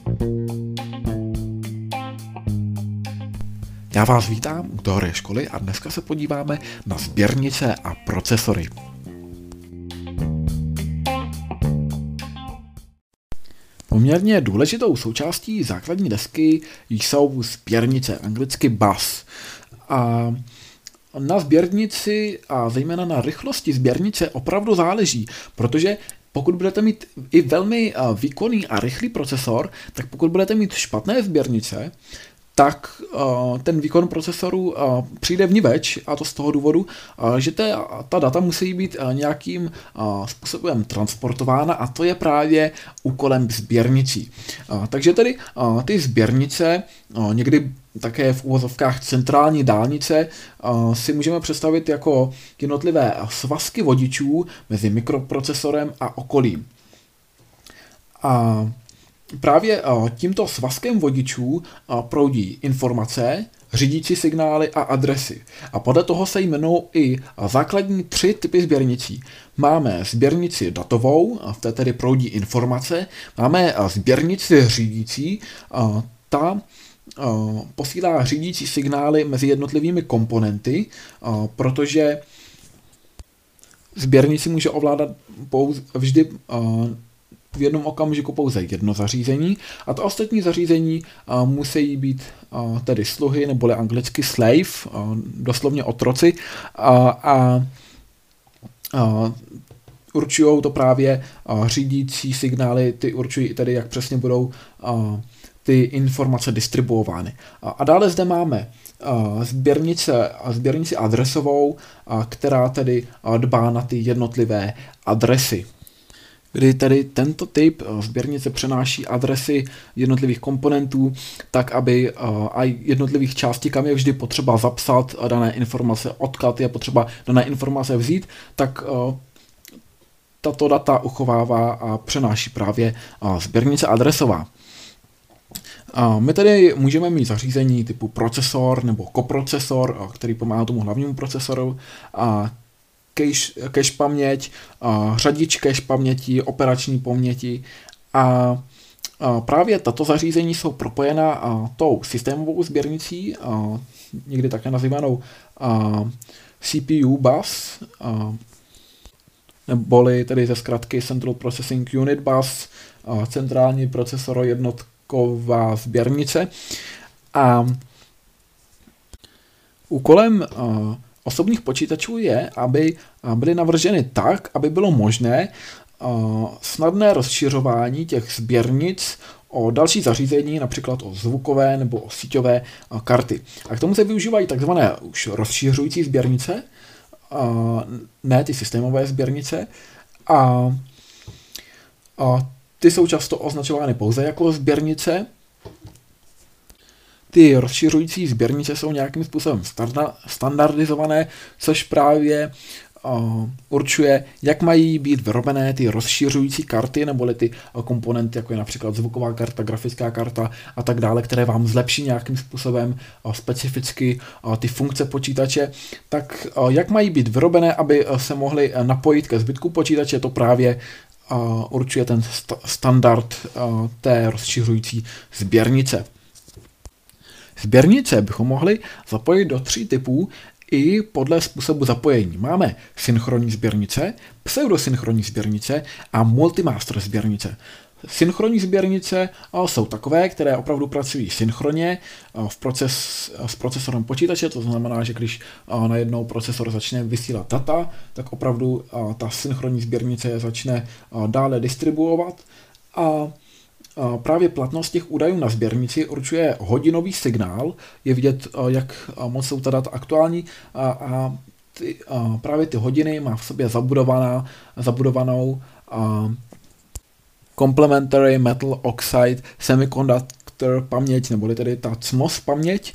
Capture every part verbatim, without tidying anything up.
Já vás vítám u teorie školy a dneska se podíváme na sběrnice a procesory. Poměrně důležitou součástí základní desky jsou sběrnice, anglicky bus. A na sběrnici a zejména na rychlosti sběrnice opravdu záleží, protože pokud budete mít i velmi výkonný a rychlý procesor, tak pokud budete mít špatné sběrnice, tak uh, ten výkon procesoru uh, přijde vniveč, a to z toho důvodu, uh, že te, ta data musí být uh, nějakým uh, způsobem transportována, a to je právě úkolem sběrnicí. Uh, takže tedy uh, ty sběrnice, uh, někdy také v uvozovkách centrální dálnice, uh, si můžeme představit jako jednotlivé svazky vodičů mezi mikroprocesorem a okolím. A Právě tímto svazkem vodičů proudí informace, řídící signály a adresy. A podle toho se jmenují i základní tři typy sběrnicí. Máme sběrnici datovou, v té tedy proudí informace. Máme sběrnici řídící, ta posílá řídící signály mezi jednotlivými komponenty, protože sběrnici může ovládat pouze vždy v jednom okamžiku pouze jedno zařízení, a to ostatní zařízení a, musí být a, tedy sluhy, neboli anglicky slave, a, doslovně otroci, a, a, a určují to právě a, řídící signály, ty určují tedy, jak přesně budou a, ty informace distribuovány. A, a dále zde máme a, sběrnice, a sběrnici adresovou, a, která tedy a, dbá na ty jednotlivé adresy, kdy tedy tento typ sběrnice přenáší adresy jednotlivých komponentů, tak aby a jednotlivých částí, kam je vždy potřeba zapsat dané informace, odkud je potřeba dané informace vzít, tak tato data uchovává a přenáší právě sběrnice adresová. A my tedy můžeme mít zařízení typu procesor nebo koprocesor, který pomáhá tomu hlavnímu procesoru, a cache, cache paměť, a řadič cache paměti, operační paměti, a, a právě tato zařízení jsou propojena a tou systémovou sběrnicí, a někdy také nazývanou a, C P U bus, a, neboli tedy ze zkratky Central Processing Unit bus, a centrální procesoro jednotková sběrnice. A úkolem a, osobních počítačů je, aby byly navrženy tak, aby bylo možné snadné rozšiřování těch sběrnic o další zařízení, například o zvukové nebo o síťové karty. A k tomu se využívají takzvané už rozšiřující sběrnice, ne ty systémové sběrnice, a, a ty jsou často označovány pouze jako sběrnice. Ty rozšiřující sběrnice jsou nějakým způsobem standardizované, což právě uh, určuje, jak mají být vyrobené ty rozšiřující karty, neboli ty uh, komponenty, jako je například zvuková karta, grafická karta a tak dále, které vám zlepší nějakým způsobem uh, specificky uh, ty funkce počítače. Tak uh, jak mají být vyrobené, aby uh, se mohly uh, napojit ke zbytku počítače, to právě uh, určuje ten st- standard uh, té rozšiřující sběrnice. Sběrnice bychom mohli zapojit do tří typů i podle způsobu zapojení. Máme synchronní sběrnice, pseudosynchronní sběrnice a multimaster sběrnice. Synchronní sběrnice jsou takové, které opravdu pracují synchronně v proces, s procesorem počítače, to znamená, že když najednou procesor začne vysílat data, tak opravdu ta synchronní sběrnice začne dále distribuovat, a právě platnost těch údajů na sběrnici určuje hodinový signál, je vidět, jak moc jsou ta data aktuální, a, a, ty, a právě ty hodiny má v sobě zabudovaná, zabudovanou a, Complementary Metal Oxide Semiconductor paměť, neboli tedy ta C M O S paměť.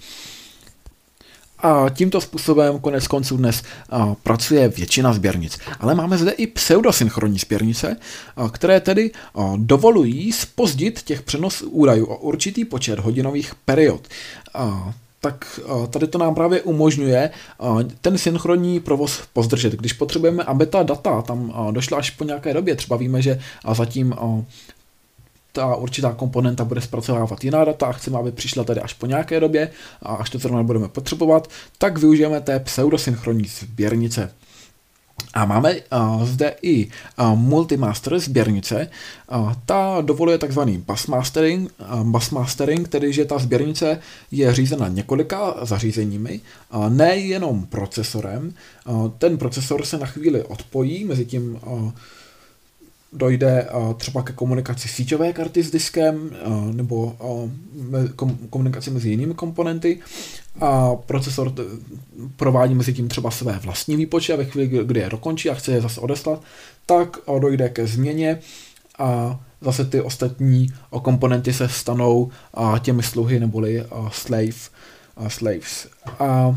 A tímto způsobem konec konců dnes a, pracuje většina sběrnic. Ale máme zde i pseudosynchronní sběrnice, a, které tedy a, dovolují zpozdit těch přenos údajů o určitý počet hodinových period. A, tak a, tady to nám právě umožňuje a, ten synchronní provoz pozdržet. Když potřebujeme, aby ta data tam a, došla až po nějaké době, třeba víme, že a zatím a, ta určitá komponenta bude zpracovávat jiná data a chceme, aby přišla tady až po nějaké době a až to zrovna budeme potřebovat, tak využijeme té pseudosynchronní sběrnice. A máme uh, zde i uh, multimaster sběrnice. Uh, ta dovoluje takzvaný bus mastering, uh, bus mastering, tedy že ta sběrnice je řízena několika zařízeními, uh, nejenom procesorem. Uh, ten procesor se na chvíli odpojí, mezi tím uh, dojde uh, třeba ke komunikaci síťové karty s diskem uh, nebo uh, kom- komunikaci mezi jinými komponenty a procesor t- provádí mezi tím třeba své vlastní výpočty a ve chvíli, kdy je dokončí a chce je zase odeslat, tak uh, dojde ke změně a zase ty ostatní uh, komponenty se stanou uh, těmi sluhy neboli uh, slave, uh, slaves. A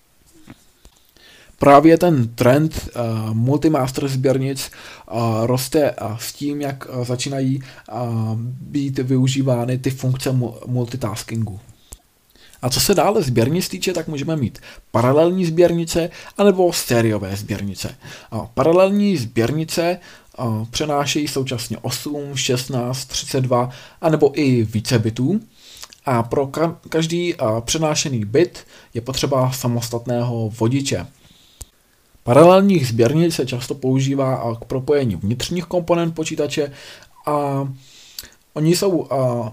právě ten trend uh, multimaster sběrnic uh, roste uh, s tím, jak uh, začínají uh, být využívány ty funkce mu- multitaskingu. A co se dále sběrnic týče, tak můžeme mít paralelní sběrnice anebo sériové sběrnice. Uh, paralelní sběrnice uh, přenášejí současně osm, šestnáct, třicet dva anebo i více bitů. A pro ka- každý uh, přenášený bit je potřeba samostatného vodiče. Paralelních sběrnic se často používá k propojení vnitřních komponent počítače a oni jsou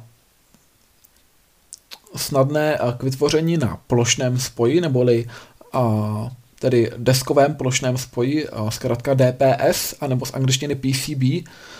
snadné k vytvoření na plošném spoji, neboli tedy deskovém plošném spoji, zkrátka D P S, anebo z angličtiny P C B,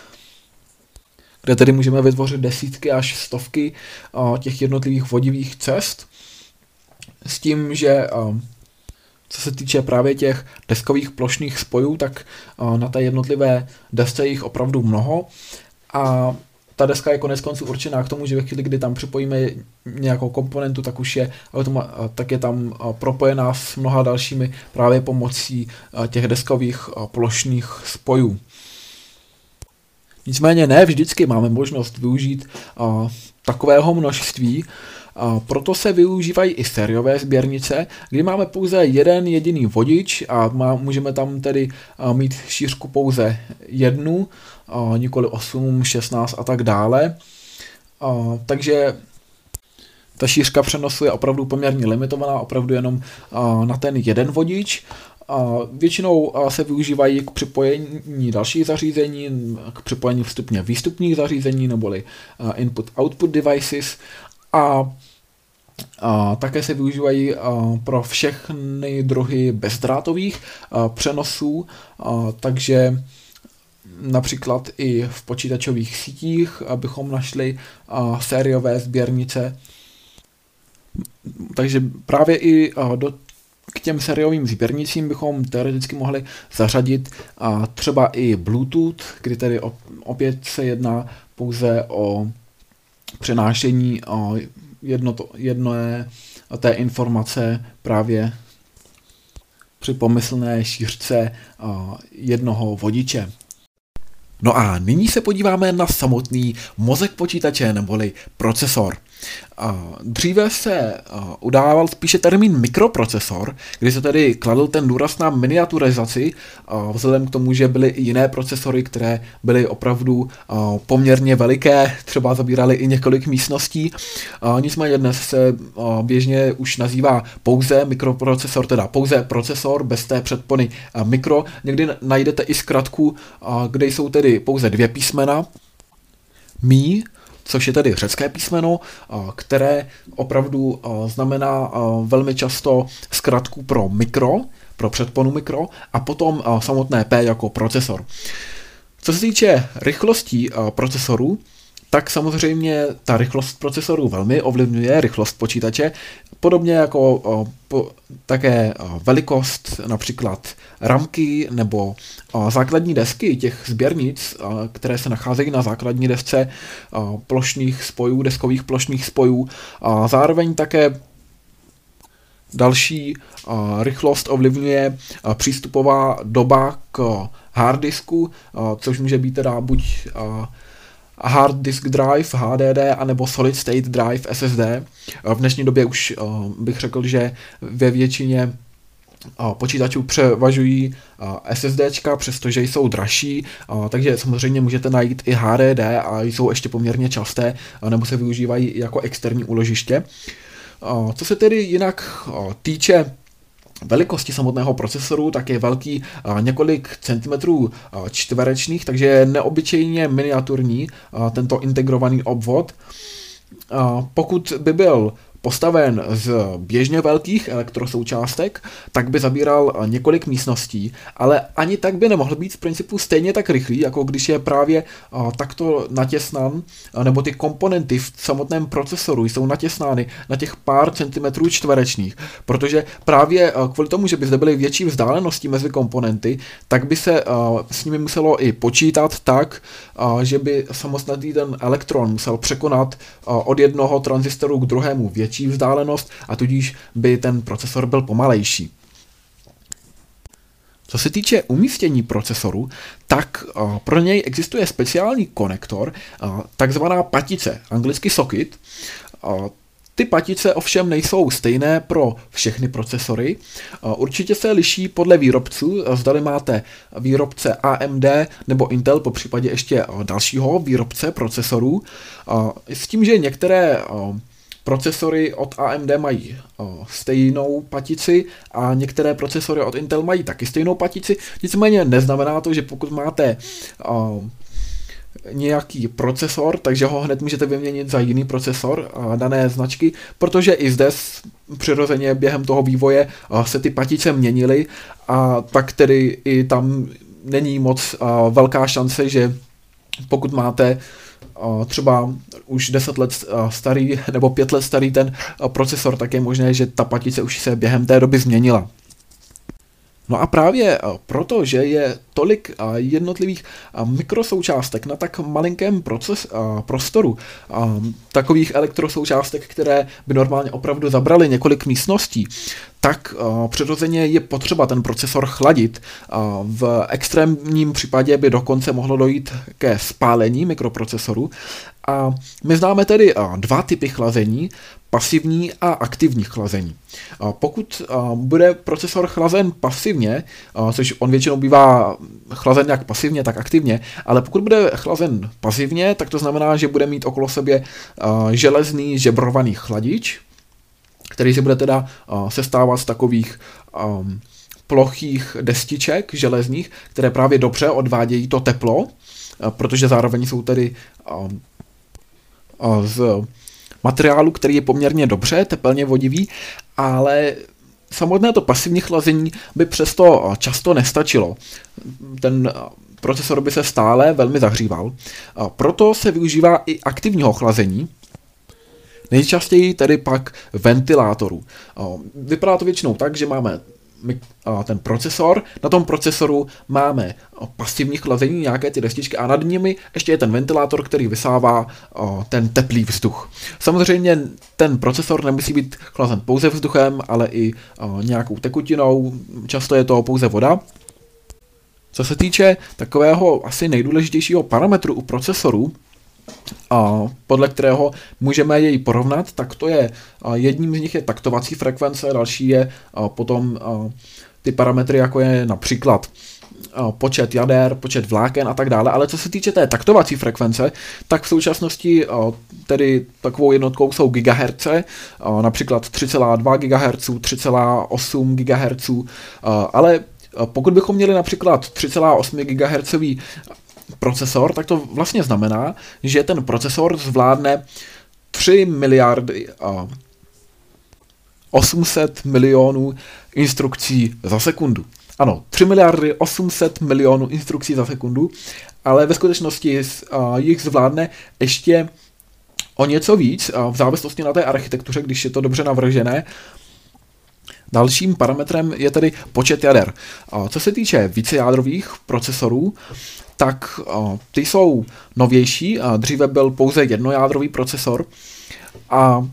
kde tedy můžeme vytvořit desítky až stovky těch jednotlivých vodivých cest, s tím, že co se týče právě těch deskových plošných spojů, tak na té jednotlivé desce jich opravdu mnoho a ta deska je konec konců určená k tomu, že ve chvíli, kdy tam připojíme nějakou komponentu, tak už je, tak je tam propojená s mnoha dalšími právě pomocí těch deskových plošných spojů. Nicméně ne vždycky máme možnost využít takového množství, a proto se využívají i sériové sběrnice, kdy máme pouze jeden jediný vodič a má, můžeme tam tedy a, mít šířku pouze jednu, a, nikoli osm, šestnáct a tak dále. A, takže ta šířka přenosu je opravdu poměrně limitovaná, opravdu jenom a, na ten jeden vodič. A většinou a, se využívají k připojení dalších zařízení, k připojení vstupně výstupních zařízení, neboli input-output devices. A, a také se využívají a, pro všechny druhy bezdrátových a, přenosů, a, takže například i v počítačových sítích, abychom našli a, sériové sběrnice. Takže právě i a, do, k těm sériovým sběrnicím bychom teoreticky mohli zařadit a, třeba i Bluetooth, kdy tedy opět se jedná pouze o přenášení jedno, to, jedné té informace právě při pomyslné šířce jednoho vodiče. No a nyní se podíváme na samotný mozek počítače neboli procesor. Dříve se udával spíše termín mikroprocesor, kdy se tedy kladl ten důraz na miniaturizaci, vzhledem k tomu, že byly i jiné procesory, které byly opravdu poměrně veliké, třeba zabíraly i několik místností. Nicméně dnes se běžně už nazývá pouze mikroprocesor, teda pouze procesor bez té předpony mikro. Někdy najdete i zkratku, kde jsou tedy pouze dvě písmena, Mi, což je tedy řecké písmeno, které opravdu znamená velmi často zkratku pro mikro, pro předponu mikro, a potom samotné P jako procesor. Co se týče rychlostí procesorů, tak samozřejmě ta rychlost procesorů velmi ovlivňuje rychlost počítače, podobně jako o, po, také o, velikost například ramky nebo o, základní desky těch sběrnic, o, které se nacházejí na základní desce o, plošných spojů, deskových plošných spojů. A zároveň také další o, rychlost ovlivňuje o, přístupová doba k harddisku, o, což může být teda buď o, hard disk drive, H D D, anebo solid state drive, S S D. V dnešní době už bych řekl, že ve většině počítačů převažují SSDčka, přestože jsou dražší, takže samozřejmě můžete najít i H D D a jsou ještě poměrně časté, nebo se využívají jako externí úložiště. Co se tedy jinak týče velikosti samotného procesoru, tak je velký několik centimetrů čtverečných, takže je neobyčejně miniaturní tento integrovaný obvod. Pokud by byl postaven z běžně velkých elektrosoučástek, tak by zabíral několik místností, ale ani tak by nemohl být v principu stejně tak rychlý, jako když je právě takto natěsnán, nebo ty komponenty v samotném procesoru jsou natěsnány na těch pár centimetrů čtverečních, protože právě kvůli tomu, že by zde byly větší vzdálenosti mezi komponenty, tak by se s nimi muselo i počítat tak, že by samostatný ten elektron musel překonat od jednoho tranzistoru k druhému větší vzdálenost a tudíž by ten procesor byl pomalejší. Co se týče umístění procesoru, tak pro něj existuje speciální konektor, takzvaná patice, anglicky socket. Ty patice ovšem nejsou stejné pro všechny procesory. Určitě se liší podle výrobců, zdali máte výrobce A M D nebo Intel, po případě ještě dalšího výrobce procesorů. S tím, že některé procesory od A M D mají o, stejnou patici a některé procesory od Intel mají taky stejnou patici, nicméně neznamená to, že pokud máte o, nějaký procesor, takže ho hned můžete vyměnit za jiný procesor a, dané značky, protože i zde přirozeně během toho vývoje a, se ty patice měnily a tak tedy i tam není moc a, velká šance, že pokud máte třeba už deset let starý nebo pět let starý ten procesor, tak je možné, že ta patice už se během té doby změnila. No a právě proto, že je tolik jednotlivých mikrosoučástek na tak malinkém proces, prostoru, takových elektrosoučástek, které by normálně opravdu zabraly několik místností, tak přirozeně je potřeba ten procesor chladit. V extrémním případě by dokonce mohlo dojít ke spálení mikroprocesoru. A my známe tedy dva typy chlazení, pasivní a aktivní chlazení. Pokud bude procesor chlazen pasivně, což on většinou bývá chlazen jak pasivně, tak aktivně, ale pokud bude chlazen pasivně, tak to znamená, že bude mít okolo sebe železný žebrovaný chladič, který se bude teda sestávat z takových um, plochých destiček železných, které právě dobře odvádějí to teplo, protože zároveň jsou tedy um, z materiálu, který je poměrně dobře tepelně vodivý, ale samotné to pasivní chlazení by přesto často nestačilo. Ten procesor by se stále velmi zahříval. Proto se využívá i aktivního chlazení, nejčastěji tedy pak ventilátorů. Vypadá to většinou tak, že máme ten procesor, na tom procesoru máme pasivní chlazení, nějaké ty destičky a nad nimi ještě je ten ventilátor, který vysává ten teplý vzduch. Samozřejmě ten procesor nemusí být chlazen pouze vzduchem, ale i nějakou tekutinou, často je to pouze voda. Co se týče takového asi nejdůležitějšího parametru u procesoru, a podle kterého můžeme jej porovnat, tak to je, jedním z nich je taktovací frekvence, další je potom ty parametry, jako je například počet jader, počet vláken a tak dále, ale co se týče té taktovací frekvence, tak v současnosti tedy takovou jednotkou jsou gigaherce, například tři celá dva gigahertz, tři celá osm gigahertz, ale pokud bychom měli například tři celá osm gigahertz procesor, tak to vlastně znamená, že ten procesor zvládne tři miliardy a osm set milionů instrukcí za sekundu. Ano, tři miliardy osm set milionů instrukcí za sekundu, ale ve skutečnosti jich zvládne ještě o něco víc, v závislosti na té architektuře, když je to dobře navržené. Dalším parametrem je tedy počet jader. Co se týče vícejádrových procesorů, tak ty jsou novější, dříve byl pouze jednojádrový procesor a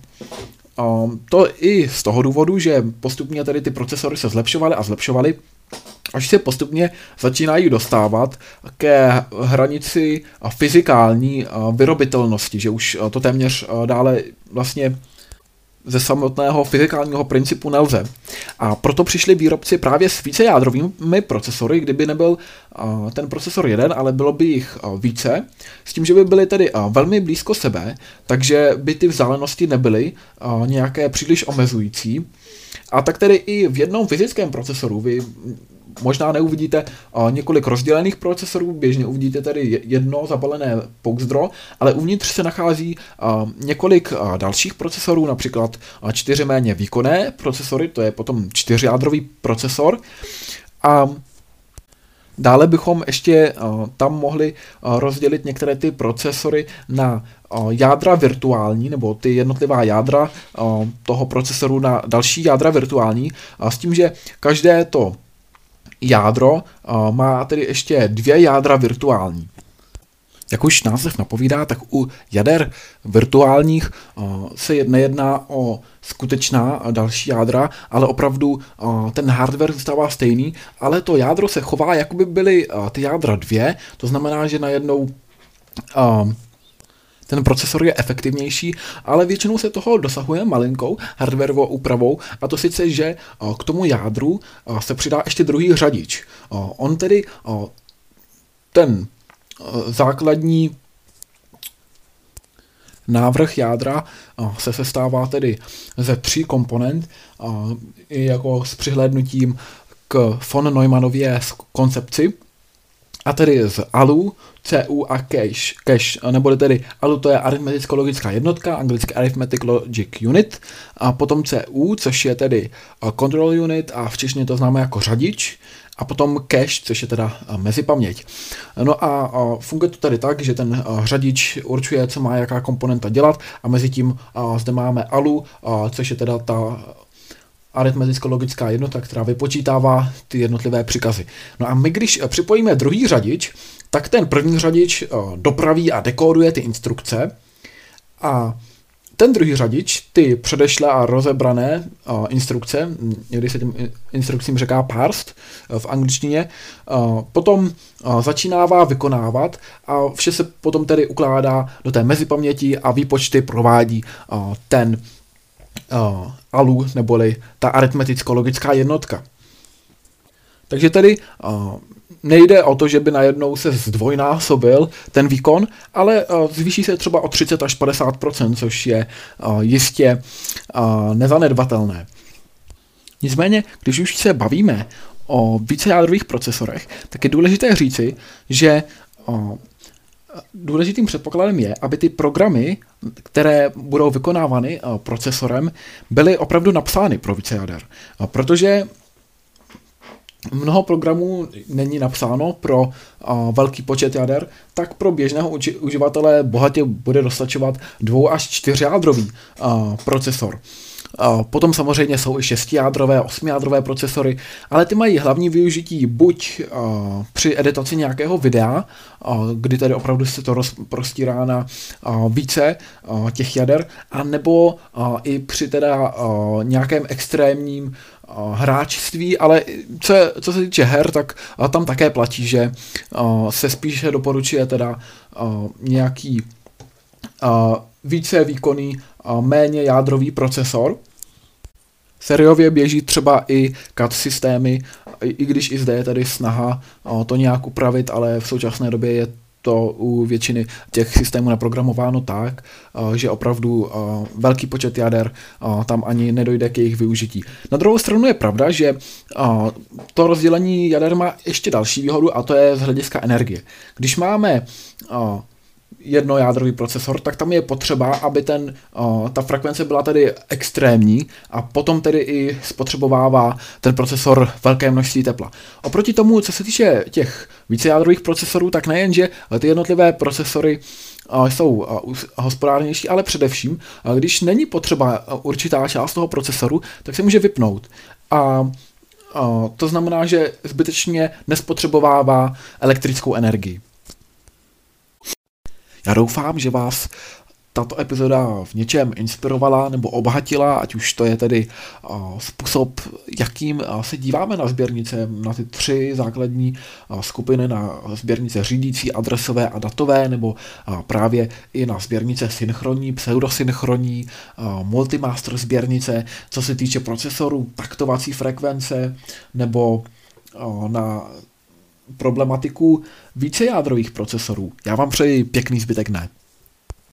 to i z toho důvodu, že postupně tedy ty procesory se zlepšovaly a zlepšovaly, až se postupně začínají dostávat ke hranici fyzikální vyrobitelnosti, že už to téměř dále vlastně ze samotného fyzikálního principu nelze. A proto přišli výrobci právě s vícejádrovými procesory, kdyby nebyl ten procesor jeden, ale bylo by jich více, s tím, že by byly tedy velmi blízko sebe, takže by ty vzdálenosti nebyly nějaké příliš omezující. A tak tedy i v jednom fyzickém procesoru vy možná neuvidíte několik rozdělených procesorů, běžně uvidíte tedy jedno zabalené pouzdro, ale uvnitř se nachází několik dalších procesorů, například čtyři méně výkonné procesory, to je potom čtyřjádrový procesor. A dále bychom ještě tam mohli rozdělit některé ty procesory na jádra virtuální, nebo ty jednotlivá jádra toho procesoru na další jádra virtuální, s tím, že každé to jádro má tedy ještě dvě jádra virtuální. Jak už název napovídá, tak u jader virtuálních se nejedná o skutečná další jádra, ale opravdu ten hardware zůstává stejný, ale to jádro se chová, jako by byly ty jádra dvě, to znamená, že najednou ten procesor je efektivnější, ale většinou se toho dosahuje malinkou hardwarovou úpravou, a to sice, že k tomu jádru se přidá ještě druhý řadič. On tedy ten základní návrh jádra se sestává tedy ze tří komponent, i jako s přihlédnutím k von Neumannově koncepci, a tedy z A L U, C U a cache. Cache, neboli tedy A L U, to je aritmeticko-logická jednotka, anglicky Arithmetic Logic Unit, a potom C U, což je tedy Control Unit a v češtině to známe jako řadič, a potom cache, což je teda mezipaměť. No a funguje to tady tak, že ten řadič určuje, co má jaká komponenta dělat, a mezi tím zde máme A L U, což je teda ta aritmeticko-logická jednotka, která vypočítává ty jednotlivé příkazy. No a my, když připojíme druhý řadič, tak ten první řadič dopraví a dekóduje ty instrukce, a ten druhý řadič ty předešlé a rozebrané instrukce, někdy se těm instrukcím říká parsed v angličtině, potom začínává vykonávat a vše se potom tedy ukládá do té mezipaměti a výpočty provádí ten Uh, A L U, neboli ta aritmeticko-logická jednotka. Takže tedy uh, nejde o to, že by najednou se zdvojnásobil ten výkon, ale uh, zvýší se třeba o třicet až padesát procent, což je uh, jistě uh, nezanedbatelné. Nicméně, když už se bavíme o vícejádrových procesorech, tak je důležité říci, že uh, důležitým předpokladem je, aby ty programy, které budou vykonávány procesorem, byly opravdu napsány pro více jader. Protože mnoho programů není napsáno pro velký počet jader, tak pro běžného uči- uživatele bohatě bude dostačovat dvou až čtyřjádrový procesor. Potom samozřejmě jsou i šestijádrové, osmijádrové procesory, ale ty mají hlavní využití buď uh, při editaci nějakého videa, uh, kdy tedy opravdu se to rozprostírá na uh, více uh, těch jader, anebo uh, i při teda uh, nějakém extrémním uh, hráčství, ale co, co se týče her, tak uh, tam také platí, že uh, se spíše doporučuje teda uh, nějaký uh, více výkonný a méně jádrový procesor. Sériově běží třeba i C A D systémy, i když i zde je tady snaha to nějak upravit, ale v současné době je to u většiny těch systémů naprogramováno tak, že opravdu velký počet jader tam ani nedojde k jejich využití. Na druhou stranu je pravda, že to rozdělení jader má ještě další výhodu, a to je z hlediska energie. Když máme jednojádrový procesor, tak tam je potřeba, aby ten, uh, ta frekvence byla tedy extrémní, a potom tedy i spotřebovává ten procesor velké množství tepla. Oproti tomu, co se týče těch vícejádrových procesorů, tak nejenže ty jednotlivé procesory uh, jsou uh, hospodárnější, ale především, uh, když není potřeba určitá část toho procesoru, tak se může vypnout. A uh, to znamená, že zbytečně nespotřebovává elektrickou energii. Já doufám, že vás tato epizoda v něčem inspirovala nebo obohatila, ať už to je tedy uh, způsob, jakým uh, se díváme na sběrnice, na ty tři základní uh, skupiny, na sběrnice řídící, adresové a datové, nebo uh, právě i na sběrnice synchronní, pseudosynchronní, uh, multimaster sběrnice, co se týče procesorů, taktovací frekvence, nebo uh, na problematiku vícejádrových procesorů. Já vám přeji pěkný zbytek dne.